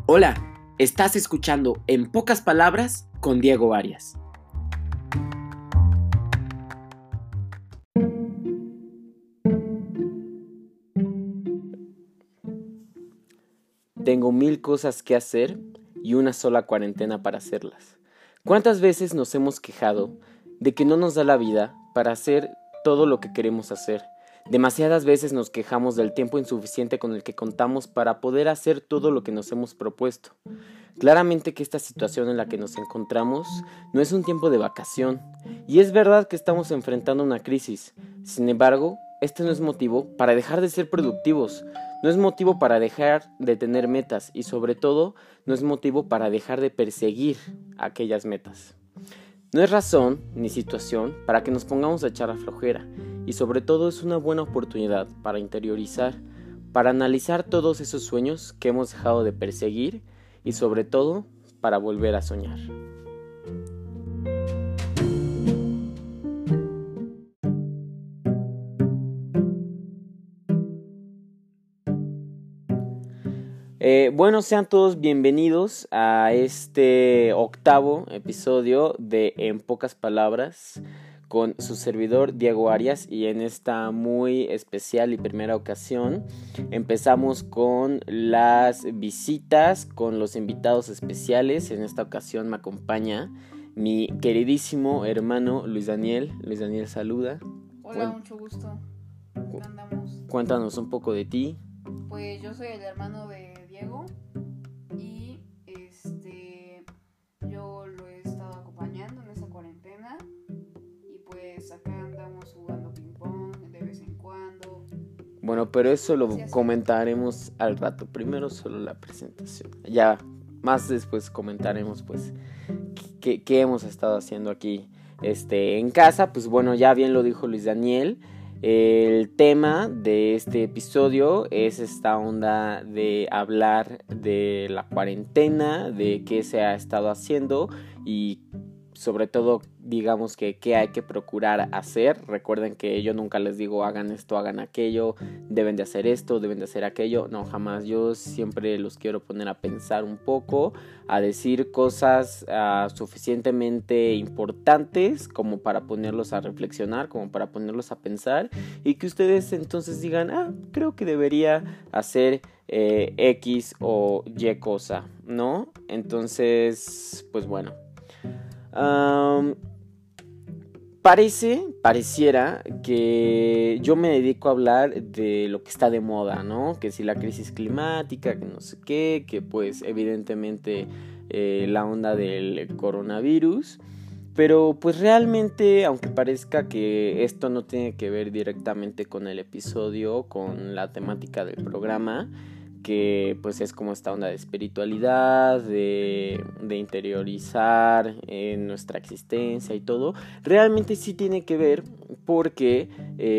Hola, estás escuchando En Pocas Palabras con Diego Arias. Tengo 1000 cosas que hacer y una sola cuarentena para hacerlas. ¿Cuántas veces nos hemos quejado de que no nos da la vida para hacer todo lo que queremos hacer? Demasiadas veces nos quejamos del tiempo insuficiente con el que contamos para poder hacer todo lo que nos hemos propuesto. Claramente que esta situación en la que nos encontramos no es un tiempo de vacación, y es verdad que estamos enfrentando una crisis. Sin embargo, este no es motivo para dejar de ser productivos, no es motivo para dejar de tener metas y sobre todo no es motivo para dejar de perseguir aquellas metas. No es razón ni situación para que nos pongamos a echar a flojera y sobre todo es una buena oportunidad para interiorizar, para analizar todos esos sueños que hemos dejado de perseguir y sobre todo para volver a soñar. Bueno, sean todos bienvenidos a este 8º episodio de En Pocas Palabras con su servidor Diego Arias, y en esta muy especial y primera ocasión empezamos con las visitas, con los invitados especiales. En esta ocasión me acompaña mi queridísimo hermano Luis Daniel. Luis Daniel, saluda. Hola, mucho gusto. ¿Qué andamos? Cuéntanos un poco de ti. Pues yo soy el hermano de Diego y yo lo he estado acompañando en esta cuarentena y pues acá andamos jugando ping pong de vez en cuando. Bueno, pero eso lo comentaremos al rato. Primero solo la presentación. Ya más después comentaremos pues qué hemos estado haciendo aquí en casa. Pues bueno, ya bien lo dijo Luis Daniel. El tema de este episodio es esta onda de hablar de la cuarentena, de qué se ha estado haciendo y sobre todo digamos que qué hay que procurar hacer. Recuerden que yo nunca les digo hagan esto, hagan aquello, deben de hacer esto, deben de hacer aquello. No, jamás. Yo siempre los quiero poner a pensar un poco, a decir cosas suficientemente importantes como para ponerlos a reflexionar, como para ponerlos a pensar y que ustedes entonces digan, creo que debería hacer X o Y cosa, ¿no? Entonces, pues bueno. Pareciera que yo me dedico a hablar de lo que está de moda, ¿no? Que si la crisis climática, que no sé qué, que pues evidentemente la onda del coronavirus. Pero pues realmente, aunque parezca que esto no tiene que ver directamente con el episodio, con la temática del programa, que pues es como esta onda de espiritualidad, de interiorizar nuestra existencia y todo, realmente sí tiene que ver porque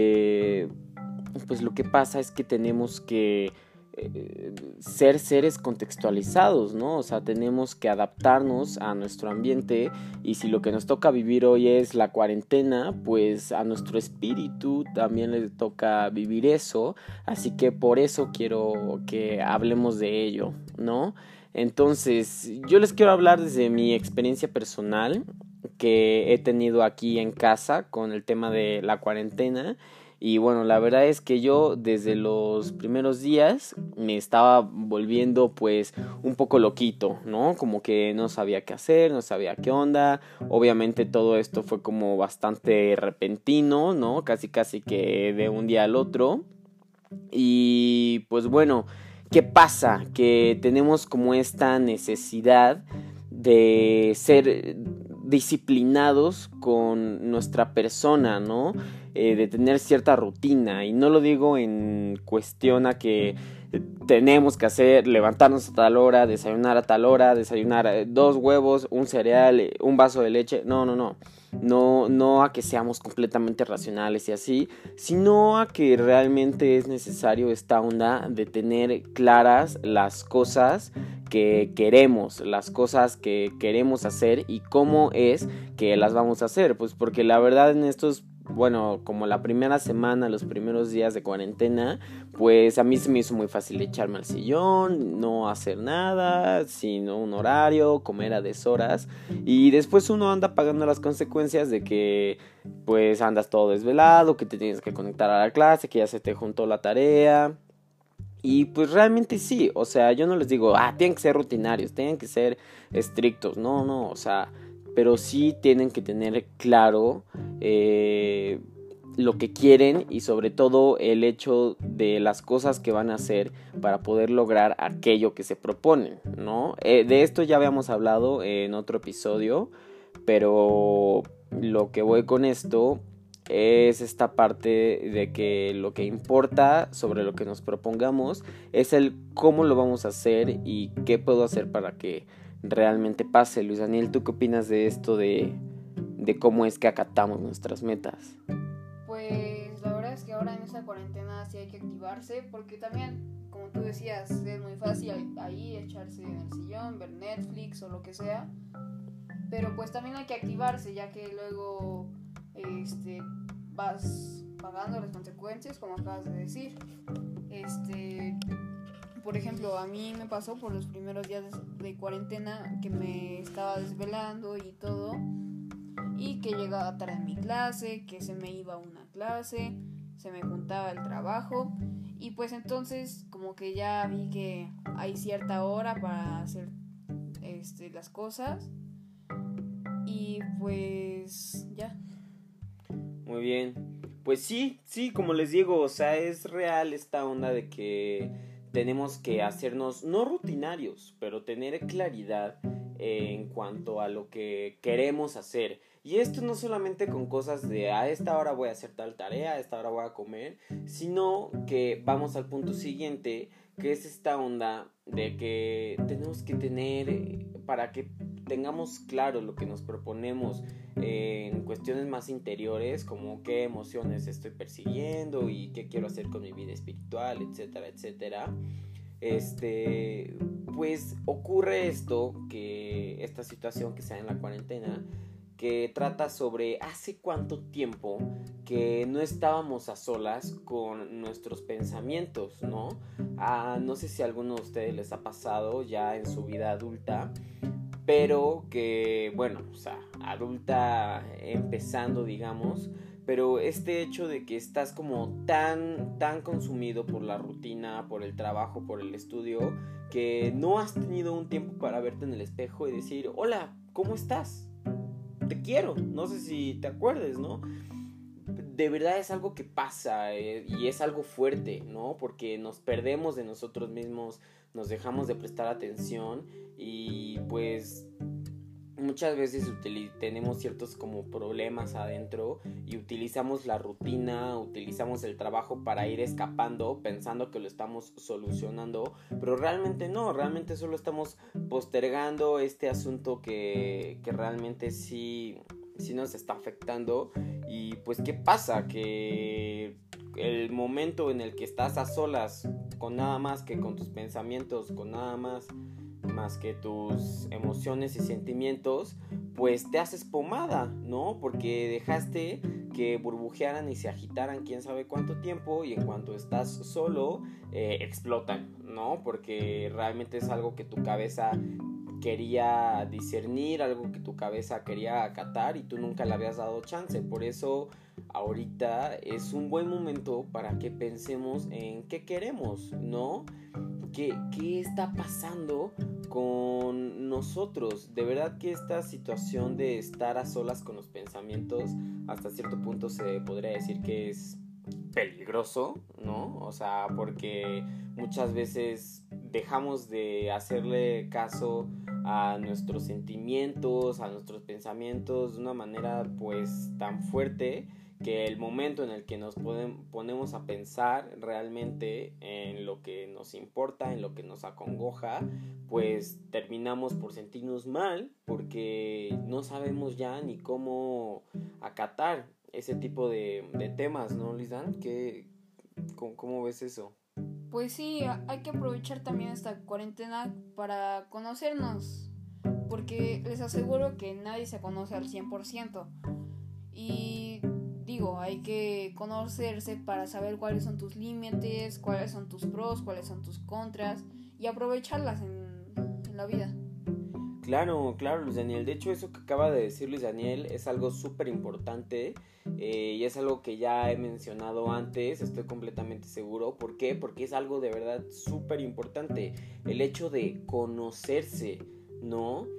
pues lo que pasa es que tenemos que ser seres contextualizados, ¿no? O sea, tenemos que adaptarnos a nuestro ambiente y si lo que nos toca vivir hoy es la cuarentena, pues a nuestro espíritu también le toca vivir eso, así que por eso quiero que hablemos de ello, ¿no? Entonces, yo les quiero hablar desde mi experiencia personal que he tenido aquí en casa con el tema de la cuarentena. Y bueno, la verdad es que yo desde los primeros días me estaba volviendo pues un poco loquito, ¿no? Como que no sabía qué hacer, no sabía qué onda. Obviamente todo esto fue como bastante repentino, ¿no? Casi que de un día al otro. Y pues bueno, ¿qué pasa? Que tenemos como esta necesidad de ser disciplinados con nuestra persona, ¿no? De tener cierta rutina, y no lo digo en cuestión a que tenemos que hacer, levantarnos a tal hora, desayunar a tal hora, desayunar 2 huevos, un cereal, un vaso de leche, no a que seamos completamente racionales y así, sino a que realmente es necesario esta onda de tener claras las cosas que queremos, las cosas que queremos hacer y cómo es que las vamos a hacer, pues porque la verdad en estos bueno, como la primera semana, los primeros días de cuarentena, pues a mí se me hizo muy fácil echarme al sillón, no hacer nada, sino un horario, comer a deshoras, y después uno anda pagando las consecuencias de que pues andas todo desvelado, que te tienes que conectar a la clase, que ya se te juntó la tarea. Y pues realmente sí, o sea, yo no les digo, tienen que ser rutinarios, tienen que ser estrictos, no, o sea, pero sí tienen que tener claro lo que quieren y sobre todo el hecho de las cosas que van a hacer para poder lograr aquello que se proponen, ¿no? De esto ya habíamos hablado en otro episodio, pero lo que voy con esto es esta parte de que lo que importa sobre lo que nos propongamos es el cómo lo vamos a hacer y qué puedo hacer para que realmente pase. Luis Daniel, ¿tú qué opinas de esto de cómo es que acatamos nuestras metas? Pues la verdad es que ahora en esta cuarentena sí hay que activarse, porque también, como tú decías, es muy fácil ahí echarse en el sillón, ver Netflix o lo que sea, pero pues también hay que activarse, ya que luego vas pagando las consecuencias, como acabas de decir. Por ejemplo, a mí me pasó por los primeros días de cuarentena que me estaba desvelando y todo, y que llegaba tarde en mi clase, que se me iba a una clase, se me juntaba el trabajo, y pues entonces como que ya vi que hay cierta hora para hacer las cosas, y pues ya. Muy bien. Pues sí, como les digo, o sea, es real esta onda de que tenemos que hacernos, no rutinarios, pero tener claridad en cuanto a lo que queremos hacer. Y esto no solamente con cosas de a esta hora voy a hacer tal tarea, a esta hora voy a comer, sino que vamos al punto siguiente, que es esta onda de que tenemos que tener, para que tengamos claro lo que nos proponemos en cuestiones más interiores, como qué emociones estoy persiguiendo y qué quiero hacer con mi vida espiritual, etcétera, etcétera. Pues ocurre esto, que esta situación que se da en la cuarentena, que trata sobre hace cuánto tiempo que no estábamos a solas con nuestros pensamientos, ¿no? No sé si a alguno de ustedes les ha pasado ya en su vida adulta, pero que, bueno, o sea, adulta empezando, digamos, pero este hecho de que estás como tan consumido por la rutina, por el trabajo, por el estudio, que no has tenido un tiempo para verte en el espejo y decir, hola, ¿cómo estás? Te quiero, no sé si te acuerdes, ¿no? De verdad es algo que pasa y es algo fuerte, ¿no? Porque nos perdemos de nosotros mismos, nos dejamos de prestar atención y pues muchas veces tenemos ciertos como problemas adentro y utilizamos la rutina, utilizamos el trabajo para ir escapando pensando que lo estamos solucionando, pero realmente no, realmente solo estamos postergando este asunto que realmente sí nos está afectando. Y pues ¿qué pasa? Que el momento en el que estás a solas con nada más que con tus pensamientos, con nada más que tus emociones y sentimientos, pues te haces pomada, ¿no? Porque dejaste que burbujearan y se agitaran quién sabe cuánto tiempo, y en cuanto estás solo, explotan, ¿no? Porque realmente es algo que tu cabeza quería discernir, algo que tu cabeza quería acatar y tú nunca le habías dado chance. Por eso ahorita es un buen momento para que pensemos en qué queremos, ¿no? ¿Qué está pasando con nosotros? De verdad que esta situación de estar a solas con los pensamientos hasta cierto punto se podría decir que es peligroso, ¿no? O sea, porque muchas veces dejamos de hacerle caso a nuestros sentimientos, a nuestros pensamientos de una manera pues tan fuerte, que el momento en el que nos ponemos a pensar realmente en lo que nos importa, en lo que nos acongoja, pues terminamos por sentirnos mal porque no sabemos ya ni cómo acatar ese tipo de temas, ¿no, Lizan? ¿Cómo ves eso? Pues sí, hay que aprovechar también esta cuarentena para conocernos, porque les aseguro que nadie se conoce al 100%. Y digo, hay que conocerse para saber cuáles son tus límites, cuáles son tus pros, cuáles son tus contras y aprovecharlas en la vida. Claro, Luis Daniel. De hecho, eso que acaba de decir Luis Daniel es algo súper importante y es algo que ya he mencionado antes, estoy completamente seguro. ¿Por qué? Porque es algo de verdad súper importante. El hecho de conocerse, ¿no?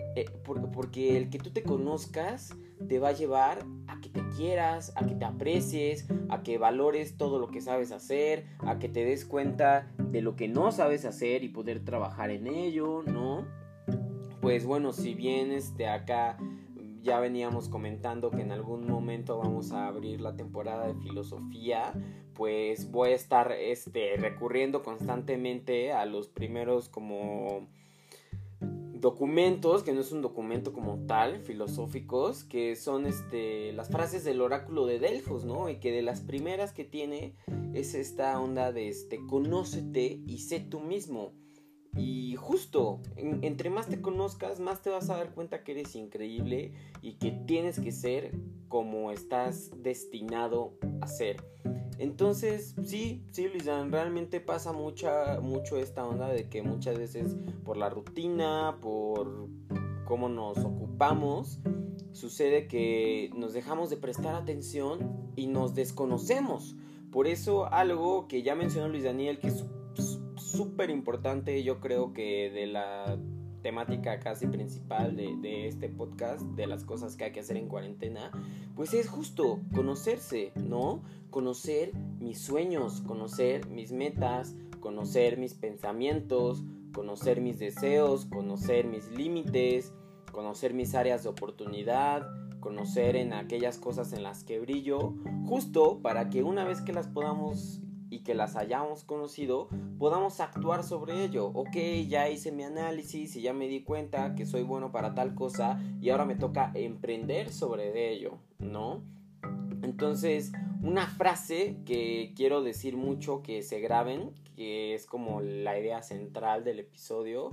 Porque el que tú te conozcas te va a llevar a que te quieras, a que te aprecies, a que valores todo lo que sabes hacer, a que te des cuenta de lo que no sabes hacer y poder trabajar en ello, ¿no? Pues bueno, si bien acá ya veníamos comentando que en algún momento vamos a abrir la temporada de filosofía, pues voy a estar recurriendo constantemente a los primeros como documentos, que no es un documento como tal, filosóficos, que son las frases del oráculo de Delfos, ¿no? Y que de las primeras que tiene es esta onda de conócete y sé tú mismo. Y justo, entre más te conozcas, más te vas a dar cuenta que eres increíble y que tienes que ser como estás destinado a ser. Entonces, sí, Luisan, realmente pasa mucho esta onda de que muchas veces por la rutina, por cómo nos ocupamos, sucede que nos dejamos de prestar atención y nos desconocemos. Por eso algo que ya mencionó Luis Daniel, que es súper importante, yo creo que de la temática casi principal de este podcast, de las cosas que hay que hacer en cuarentena, pues es justo conocerse, ¿no? Conocer mis sueños, conocer mis metas, conocer mis pensamientos, conocer mis deseos, conocer mis límites, conocer mis áreas de oportunidad, conocer en aquellas cosas en las que brillo, justo para que una vez que las podamos y que las hayamos conocido, podamos actuar sobre ello. Ok, ya hice mi análisis y ya me di cuenta que soy bueno para tal cosa y ahora me toca emprender sobre ello, ¿no? Entonces, una frase que quiero decir mucho que se graben, que es como la idea central del episodio,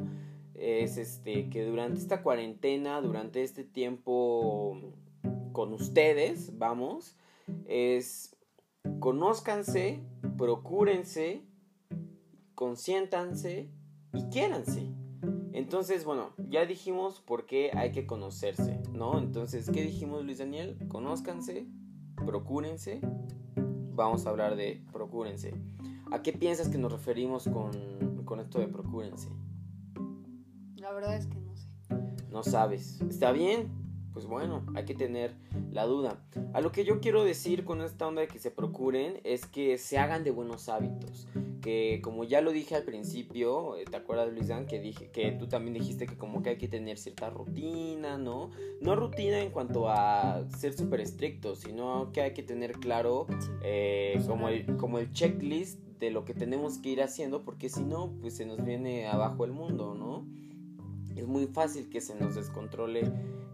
es que durante esta cuarentena, durante este tiempo con ustedes, vamos, es conózcanse, procúrense, consiéntanse y quiéranse. Entonces, bueno, ya dijimos por qué hay que conocerse, ¿no? Entonces, ¿qué dijimos, Luis Daniel? Conózcanse, procúrense. Vamos a hablar de procúrense. ¿A qué piensas que nos referimos con esto de procúrense? La verdad es que no sé. No sabes. ¿Está bien? Pues bueno, hay que tener la duda. A lo que yo quiero decir con esta onda de que se procuren es que se hagan de buenos hábitos. Que como ya lo dije al principio, ¿te acuerdas, Luisán? Que tú también dijiste que como que hay que tener cierta rutina, ¿no? No rutina en cuanto a ser súper estricto, sino que hay que tener claro como el checklist de lo que tenemos que ir haciendo, porque si no, pues se nos viene abajo el mundo, ¿no? Es muy fácil que se nos descontrole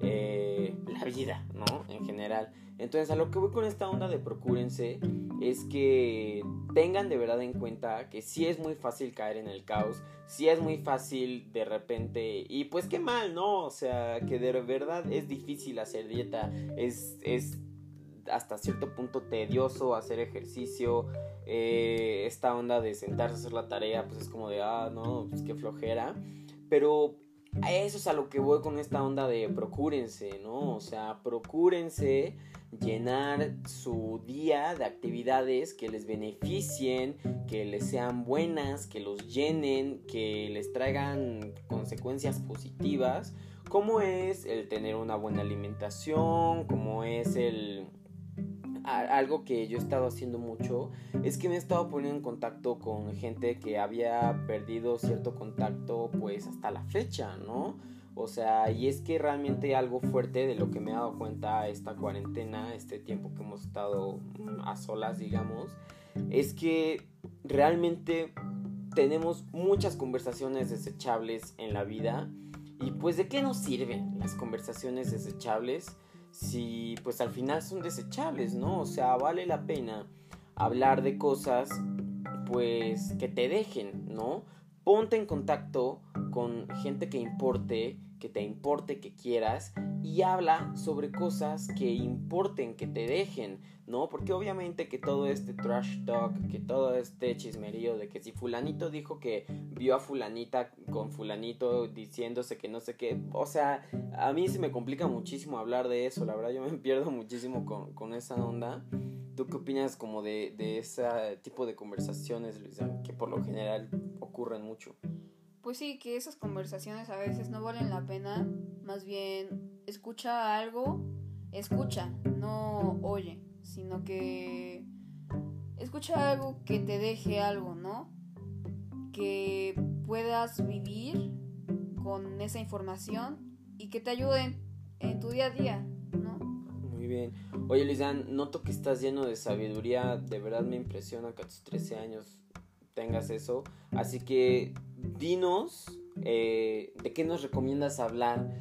la vida, ¿no? En general. Entonces, a lo que voy con esta onda de procúrense es que tengan de verdad en cuenta que sí es muy fácil caer en el caos, sí es muy fácil de repente, y pues qué mal, ¿no? O sea, que de verdad es difícil hacer dieta, es hasta cierto punto tedioso hacer ejercicio, esta onda de sentarse a hacer la tarea, pues es como de, no, pues qué flojera, pero a eso es a lo que voy con esta onda de procúrense, ¿no? O sea, procúrense llenar su día de actividades que les beneficien, que les sean buenas, que los llenen, que les traigan consecuencias positivas, como es el tener una buena alimentación, como es algo que yo he estado haciendo mucho es que me he estado poniendo en contacto con gente que había perdido cierto contacto pues hasta la fecha, ¿no? O sea, y es que realmente algo fuerte de lo que me he dado cuenta esta cuarentena, este tiempo que hemos estado a solas, digamos, es que realmente tenemos muchas conversaciones desechables en la vida. Y pues ¿de qué nos sirven las conversaciones desechables si pues al final son desechables, ¿no? O sea, vale la pena hablar de cosas pues que te dejen, ¿no? Ponte en contacto con gente que te importe, que quieras, y habla sobre cosas que importen, que te dejen, ¿no? Porque obviamente que todo este trash talk, que todo este chismerío de que si fulanito dijo que vio a fulanita con fulanito diciéndose que no sé qué, o sea, a mí se me complica muchísimo hablar de eso, la verdad yo me pierdo muchísimo con esa onda. ¿Tú qué opinas como de ese tipo de conversaciones, Luisa, que por lo general ocurren mucho? Pues sí, que esas conversaciones a veces no valen la pena, más bien escucha algo, escucha, no oye, sino que escucha algo que te deje algo, ¿no? Que puedas vivir con esa información y que te ayude en tu día a día, ¿no? Muy bien. Oye, Lizan, noto que estás lleno de sabiduría. De verdad me impresiona que a tus 13 años tengas eso. Así que dinos de qué nos recomiendas hablar.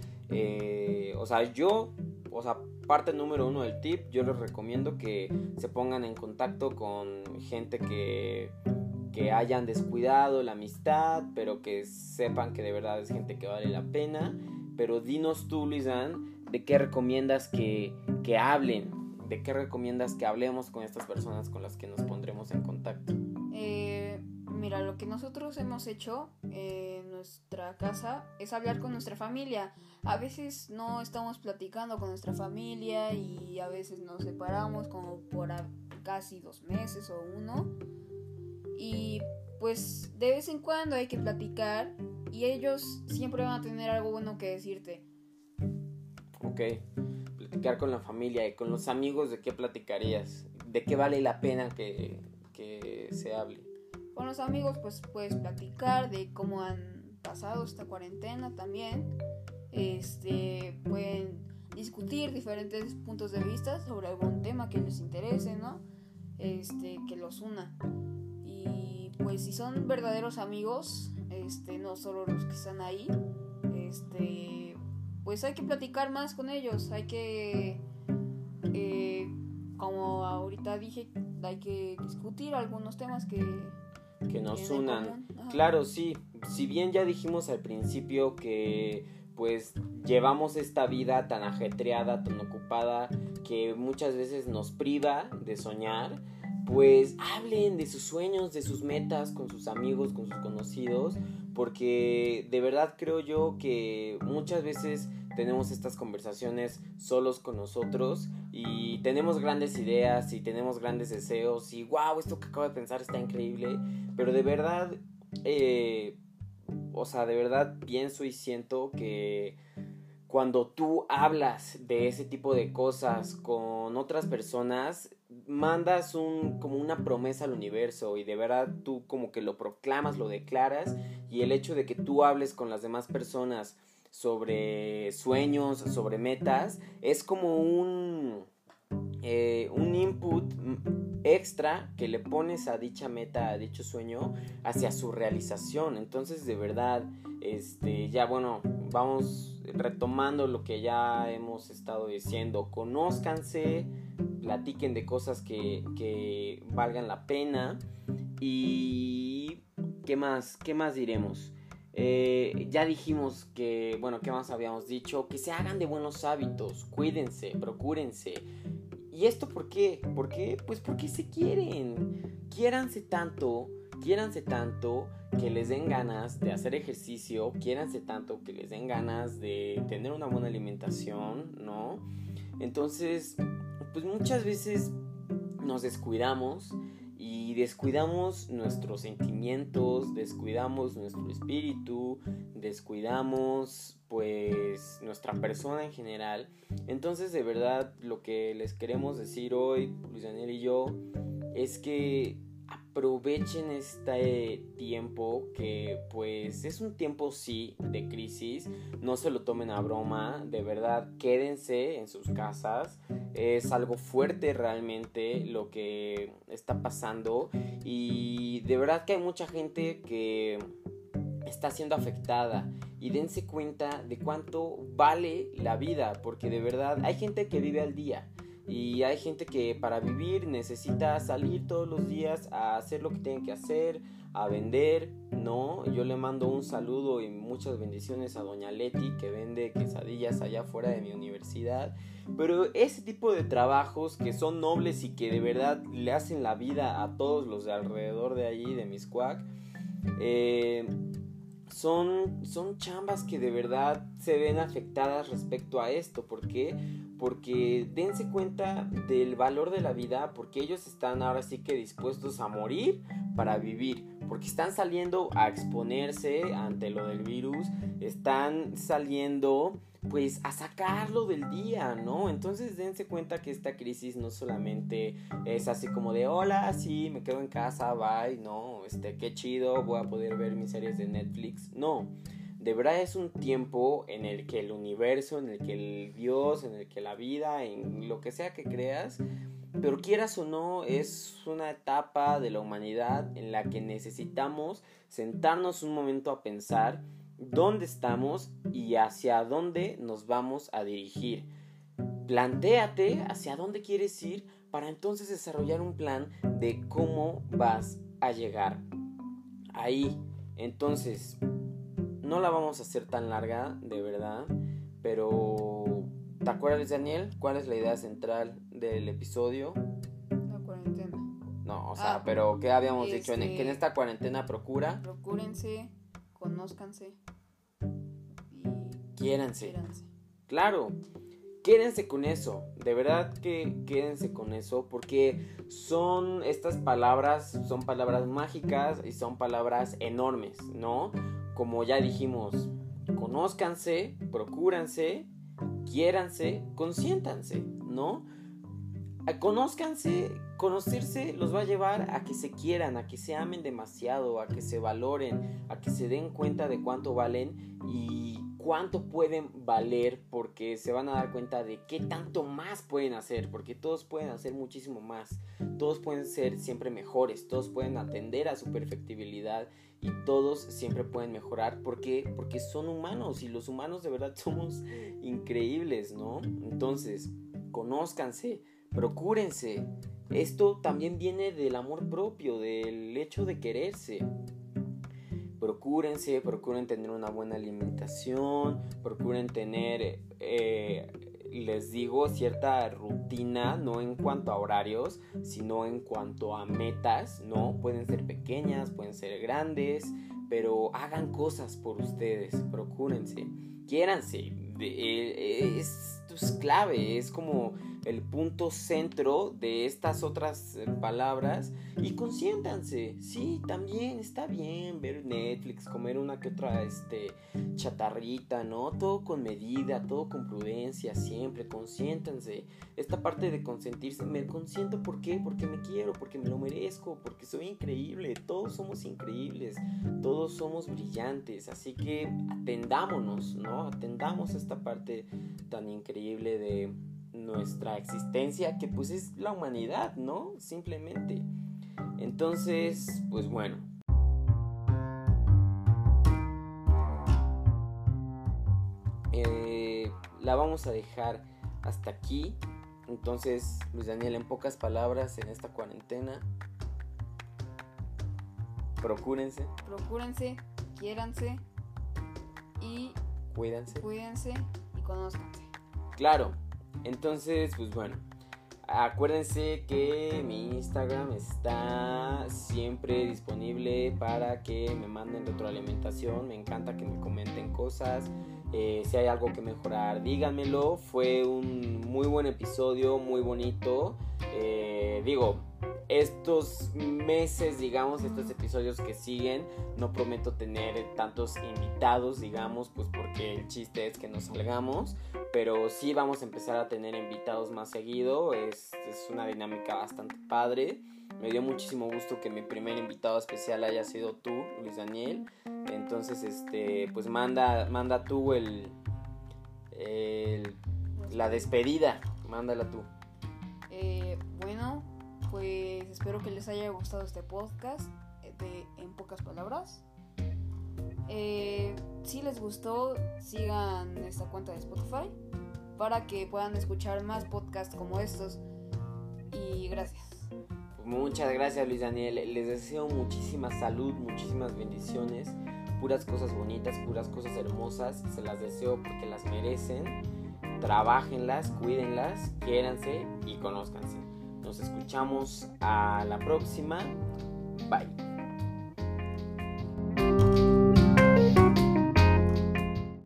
Parte número 1 del tip, yo les recomiendo que se pongan en contacto con gente que hayan descuidado la amistad, pero que sepan que de verdad es gente que vale la pena. Pero dinos tú, Luisan, de qué recomiendas que hablen, de qué recomiendas que hablemos con estas personas con las que nos pondremos en contacto. Mira, lo que nosotros hemos hecho en nuestra casa es hablar con nuestra familia. A veces no estamos platicando con nuestra familia y a veces nos separamos como por casi 2 meses o 1. Y pues de vez en cuando hay que platicar y ellos siempre van a tener algo bueno que decirte. Ok, platicar con la familia y con los amigos, ¿de qué platicarías? ¿De qué vale la pena que se hable? Con los amigos pues puedes platicar de cómo han pasado esta cuarentena también. Pueden discutir diferentes puntos de vista sobre algún tema que les interese, ¿no? Que los una. Y pues si son verdaderos amigos, no solo los que están ahí, pues hay que platicar más con ellos, hay que, como ahorita dije, hay que discutir algunos temas que nos unan. Claro, sí. Si bien ya dijimos al principio que pues llevamos esta vida tan ajetreada, tan ocupada, que muchas veces nos priva de soñar, pues hablen de sus sueños, de sus metas con sus amigos, con sus conocidos, porque de verdad creo yo que muchas veces tenemos estas conversaciones solos con nosotros y tenemos grandes ideas y tenemos grandes deseos y wow, esto que acabo de pensar está increíble, pero de verdad, de verdad pienso y siento que cuando tú hablas de ese tipo de cosas con otras personas, mandas como una promesa al universo y de verdad tú como que lo proclamas, lo declaras, y el hecho de que tú hables con las demás personas sobre sueños, sobre metas, es como un input extra que le pones a dicha meta, a dicho sueño, hacia su realización. Entonces de verdad, ya bueno, vamos retomando lo que ya hemos estado diciendo. Conózcanse, platiquen de cosas que valgan la pena. Y ¿qué más diremos? Ya dijimos que, bueno, ¿qué más habíamos dicho? Que se hagan de buenos hábitos, cuídense, procúrense. ¿Y esto por qué? ¿Por qué? Pues porque se quieren. Quiéranse tanto que les den ganas de hacer ejercicio, quiéranse tanto que les den ganas de tener una buena alimentación, ¿no? Entonces, pues muchas veces nos descuidamos y descuidamos nuestros sentimientos, descuidamos nuestro espíritu, descuidamos pues nuestra persona en general. Entonces de verdad lo que les queremos decir hoy, Luis Daniel y yo, es que aprovechen este tiempo, que pues es un tiempo sí de crisis, no se lo tomen a broma, de verdad quédense en sus casas, es algo fuerte realmente lo que está pasando y de verdad que hay mucha gente que está siendo afectada y dense cuenta de cuánto vale la vida, porque de verdad hay gente que vive al día Y hay gente que para vivir necesita salir todos los días a hacer lo que tienen que hacer, a vender, ¿no? Yo le mando un saludo y muchas bendiciones a doña Leti, que vende quesadillas allá afuera de mi universidad. Pero ese tipo de trabajos que son nobles y que de verdad le hacen la vida a todos los de alrededor de allí, de Mixcoac, son chambas que de verdad se ven afectadas respecto a esto. ¿Por qué? Porque dense cuenta del valor de la vida, porque ellos están ahora sí que dispuestos a morir para vivir, porque están saliendo a exponerse ante lo del virus, están saliendo pues a sacarlo del día, ¿no? Entonces dense cuenta que esta crisis no solamente es así como de hola, sí, me quedo en casa, bye, no, qué chido, voy a poder ver mis series de Netflix, no. De verdad es un tiempo en el que el universo, en el que el Dios, en el que la vida, en lo que sea que creas, pero quieras o no, es una etapa de la humanidad en la que necesitamos sentarnos un momento a pensar dónde estamos y hacia dónde nos vamos a dirigir. Plantéate hacia dónde quieres ir para entonces desarrollar un plan de cómo vas a llegar ahí. Entonces, no la vamos a hacer tan larga, de verdad, pero ¿te acuerdas, Daniel? ¿Cuál es la idea central del episodio? La cuarentena. No, o sea, pero ¿qué habíamos dicho? Que en esta cuarentena procúrense, conózcanse y quiéranse. Claro, quédense con eso, de verdad que quédense con eso, porque son estas palabras, son palabras mágicas y son palabras enormes, ¿no? Como ya dijimos, conózcanse, procúranse, quiéranse, consiéntanse, ¿no? Conózcanse, conocerse los va a llevar a que se quieran, a que se amen demasiado, a que se valoren, a que se den cuenta de cuánto valen y cuánto pueden valer, porque se van a dar cuenta de qué tanto más pueden hacer, porque todos pueden hacer muchísimo más, todos pueden ser siempre mejores, todos pueden atender a su perfectibilidad y todos siempre pueden mejorar. ¿Por qué? Porque son humanos y los humanos de verdad somos increíbles, ¿no? Entonces, conózcanse, procúrense. Esto también viene del amor propio, del hecho de quererse. Procuren tener una buena alimentación, procuren tener, les digo, cierta rutina, no en cuanto a horarios, sino en cuanto a metas, ¿no? Pueden ser pequeñas, pueden ser grandes, pero hagan cosas por ustedes, procúrense, quiéranse. Esto es clave, es como el punto centro de estas otras palabras. Y consiéntanse, sí, también está bien ver Netflix, comer una que otra chatarrita, ¿no? Todo con medida, todo con prudencia, siempre, consiéntanse. Esta parte de consentirse, me consiento, ¿por qué? Porque me quiero, porque me lo merezco, porque soy increíble, todos somos increíbles, todos somos brillantes, así que atendámonos, ¿no? Atendamos esta parte tan increíble de nuestra existencia, que pues es la humanidad, ¿no? Simplemente. Entonces, pues bueno. La vamos a dejar hasta aquí. Entonces, Luis Daniel, en pocas palabras, en esta cuarentena, procúrense, quiéranse y cuídense y conózcanse. Claro, entonces, pues bueno, acuérdense que mi Instagram está siempre disponible para que me manden retroalimentación. Me encanta que me comenten cosas. Si hay algo que mejorar, díganmelo. Fue un muy buen episodio, muy bonito. Estos meses, digamos, estos episodios que siguen, no prometo tener tantos invitados, digamos, pues porque el chiste es que nos salgamos, pero sí vamos a empezar a tener invitados más seguido. Es una dinámica bastante padre. Me dio muchísimo gusto que mi primer invitado especial haya sido tú, Luis Daniel. Entonces, pues manda tú la despedida, mándala tú. Bueno, pues espero que les haya gustado este podcast de En Pocas Palabras. Si les gustó, sigan esta cuenta de Spotify para que puedan escuchar más podcasts como estos. Y gracias. Muchas gracias, Luis Daniel. Les deseo muchísima salud, muchísimas bendiciones, puras cosas bonitas, puras cosas hermosas. Se las deseo porque las merecen. Trabájenlas, cuídenlas, quiéranse y conózcanse. Nos escuchamos a la próxima. Bye.